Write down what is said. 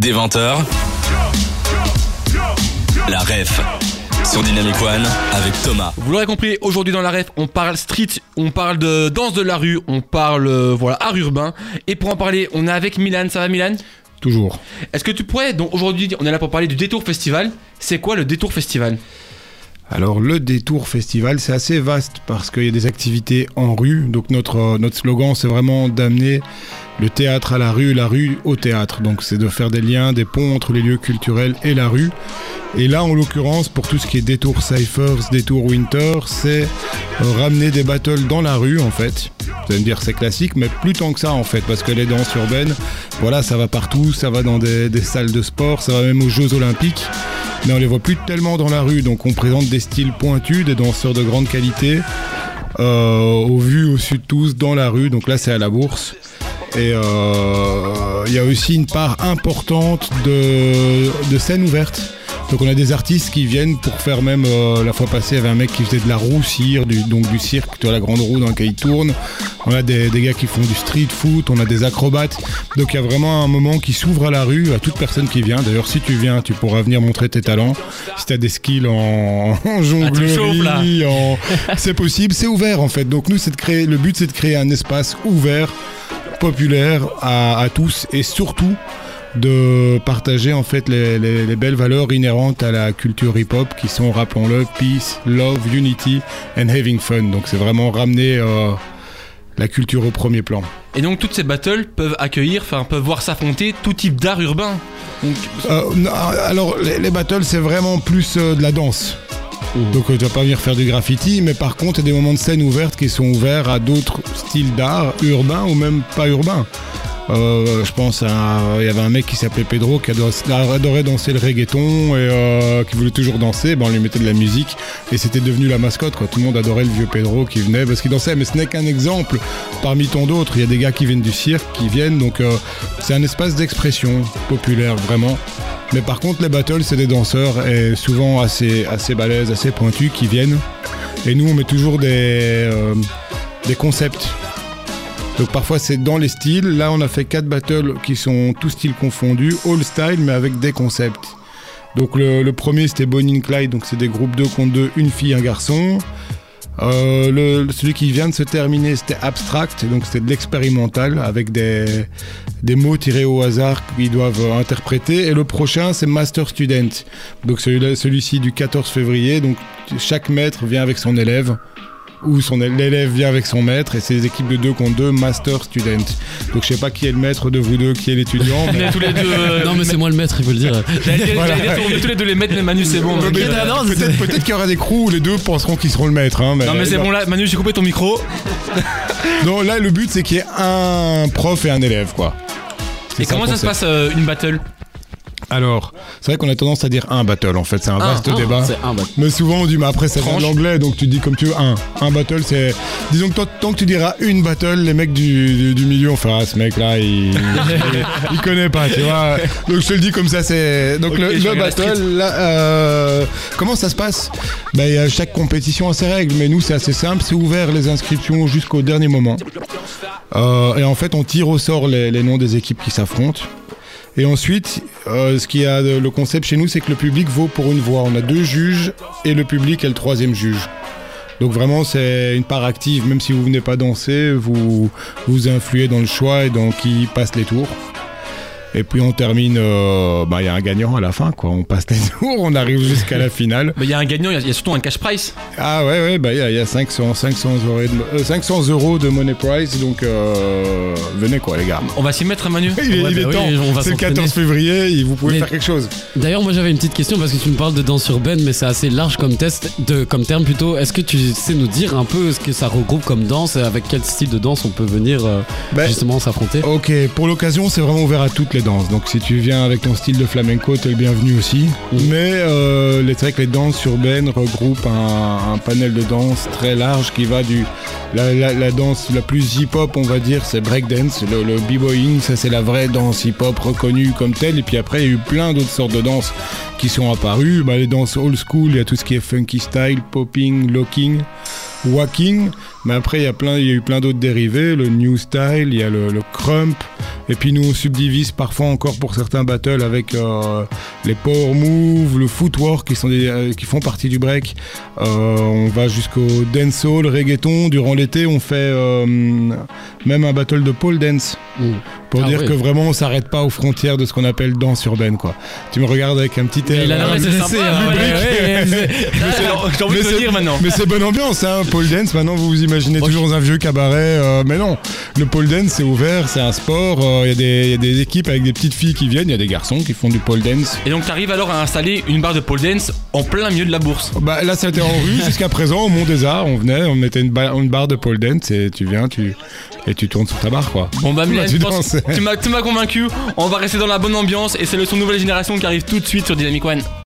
Dès 20h, la ref sur Dynamic One avec Thomas. Vous l'aurez compris, aujourd'hui dans la ref, on parle street, on parle de danse de la rue, on parle art urbain. Et pour en parler, on est avec Milan. Ça va, Milan ? Toujours. Est-ce que tu pourrais, donc aujourd'hui, on est là pour parler du Détour Festival. C'est quoi le Détour Festival ? Alors le Détour Festival, c'est assez vaste parce qu'il y a des activités en rue. Donc notre slogan, c'est vraiment d'amener le théâtre à la rue au théâtre. Donc c'est de faire des liens, des ponts entre les lieux culturels et la rue. Et là, en l'occurrence, pour tout ce qui est Détour Cyphers, Détour Winter, c'est ramener des battles dans la rue, en fait. Vous allez me dire, c'est classique, mais plus tant que ça, en fait, parce que les danses urbaines, voilà, ça va partout, ça va dans des salles de sport, ça va même aux Jeux Olympiques. Mais on les voit plus tellement dans la rue, donc on présente des styles pointus, des danseurs de grande qualité, au vu, au su de tous, dans la rue. Donc là, c'est à la Bourse. Et il y a aussi une part importante de scènes ouvertes. Donc on a des artistes qui viennent pour faire même, la fois passée, il y avait un mec qui faisait de la roue cire, du cirque, tu vois, la grande roue dans laquelle il tourne. On a des gars qui font du street foot, on a des acrobates. Donc il y a vraiment un moment qui s'ouvre à la rue, à toute personne qui vient. D'ailleurs, si tu viens, tu pourras venir montrer tes talents. Si tu as des skills en jonglerie, c'est possible, c'est ouvert en fait. Donc nous, le but c'est de créer un espace ouvert, populaire à tous et surtout de partager en fait les belles valeurs inhérentes à la culture hip-hop qui sont, rappelons-le, peace, love, unity and having fun. Donc c'est vraiment ramener la culture au premier plan. Et donc toutes ces battles peuvent voir s'affronter tout type d'art urbain. Donc... alors les battles, c'est vraiment plus de la danse. Donc tu vas pas venir faire du graffiti, mais par contre il y a des moments de scène ouvertes qui sont ouverts à d'autres styles d'art urbains ou même pas urbains. Je pense il y avait un mec qui s'appelait Pedro qui adorait danser le reggaeton et qui voulait toujours danser. On lui mettait de la musique et c'était devenu la mascotte, quoi. Tout le monde adorait le vieux Pedro qui venait parce qu'il dansait, mais ce n'est qu'un exemple parmi tant d'autres. Il y a des gars qui viennent du cirque, qui viennent, donc c'est un espace d'expression populaire vraiment. Mais par contre les battles, c'est des danseurs et souvent assez balèzes, assez pointus qui viennent, et nous on met toujours des concepts. Donc parfois c'est dans les styles. Là on a fait 4 battles qui sont tous styles confondus, all style mais avec des concepts. Donc le premier c'était Bonnie and Clyde, donc c'est des groupes 2 contre 2, une fille, un garçon. Celui qui vient de se terminer c'était Abstract, donc c'était de l'expérimental avec des mots tirés au hasard qu'ils doivent interpréter. Et le prochain c'est Master Student, donc celui-ci du 14 février, donc chaque maître vient avec son élève ou l'élève vient avec son maître, et c'est des équipes de 2 contre 2, Master Student. Donc je sais pas qui est le maître de vous deux, qui est l'étudiant. Mais tous les deux. Non mais c'est moi le maître, il faut le dire. Voilà. On est tous les deux les maîtres, mais Manu c'est bon. Peut-être qu'il y aura des crews où les deux penseront qu'ils seront le maître. Hein, non mais c'est bon là, Manu, j'ai coupé ton micro. Non, là le but c'est qu'il y ait un prof et un élève, quoi. Et comment ça se passe une battle ? Alors, c'est vrai qu'on a tendance à dire un battle, en fait, c'est un vaste débat. C'est un battle. Mais souvent on dit, mais après ça vient de l'anglais, donc tu dis comme tu veux, un battle, c'est... Disons que tant que tu diras une battle, les mecs du milieu on fera, ce mec là, il connaît pas, tu vois. Donc je te le dis comme ça, c'est... Donc okay, le battle, là, comment ça se passe ? Il y a chaque compétition a ses règles, mais nous c'est assez simple, c'est ouvert les inscriptions jusqu'au dernier moment. Et en fait on tire au sort les noms des équipes qui s'affrontent. Et ensuite, le concept chez nous, c'est que le public vaut pour une voix. On a 2 juges et le public est le 3e juge. Donc vraiment, c'est une part active. Même si vous venez pas danser, vous influez dans le choix et dans qui passe les tours. Et puis on termine, y a un gagnant à la fin, quoi. On passe les tours, on arrive jusqu'à la finale. Il y a un gagnant, il y a surtout un cash prize. Ah ouais, il y a 500 euros de money prize, donc venez quoi les gars. On va s'y mettre, Manu. Il est temps, c'est le 14 février, vous pouvez faire quelque chose. D'ailleurs moi j'avais une petite question parce que tu me parles de danse urbaine, mais c'est assez large comme terme plutôt. Est-ce que tu sais nous dire un peu ce que ça regroupe comme danse et avec quel style de danse on peut venir justement s'affronter ? Ok, pour l'occasion c'est vraiment ouvert à toutes les danses. Donc si tu viens avec ton style de flamenco, t'es le bienvenu aussi. Mais c'est vrai que les danses urbaines regroupent un panel de danse très large qui va la danse la plus hip-hop, on va dire, c'est breakdance. Le b-boying, ça c'est la vraie danse hip-hop reconnue comme telle. Et puis après, il y a eu plein d'autres sortes de danses qui sont apparues. Les danses old school, il y a tout ce qui est funky style, popping, locking, walking. Mais après, il y a eu plein d'autres dérivés. Le new style, il y a le crump, Et puis nous on subdivise parfois encore pour certains battles avec les power moves, le footwork qui font partie du break. On va jusqu'au dancehall, reggaeton. Durant l'été on fait même un battle de pole dance. Pour dire que vraiment on s'arrête pas aux frontières de ce qu'on appelle danse urbaine quoi. Tu me regardes avec un petit air. Il a l'air blessé, J'ai envie de te dire maintenant. Mais c'est bonne ambiance hein, pole dance. Maintenant vous vous imaginez toujours dans un vieux cabaret, mais non. Le pole dance c'est ouvert, c'est un sport. Il y a des équipes avec des petites filles qui viennent, il y a des garçons qui font du pole dance. Et donc t'arrives alors à installer une barre de pole dance en plein milieu de la bourse. Bah là ça a été en rue jusqu'à présent au Mont des Arts. On mettait une barre de pole dance et tu viens, et tu tournes sur ta barre quoi. Bon bah Mylène, tu m'as convaincu. On va rester dans la bonne ambiance et c'est le son nouvelle génération qui arrive tout de suite sur Dynamic One.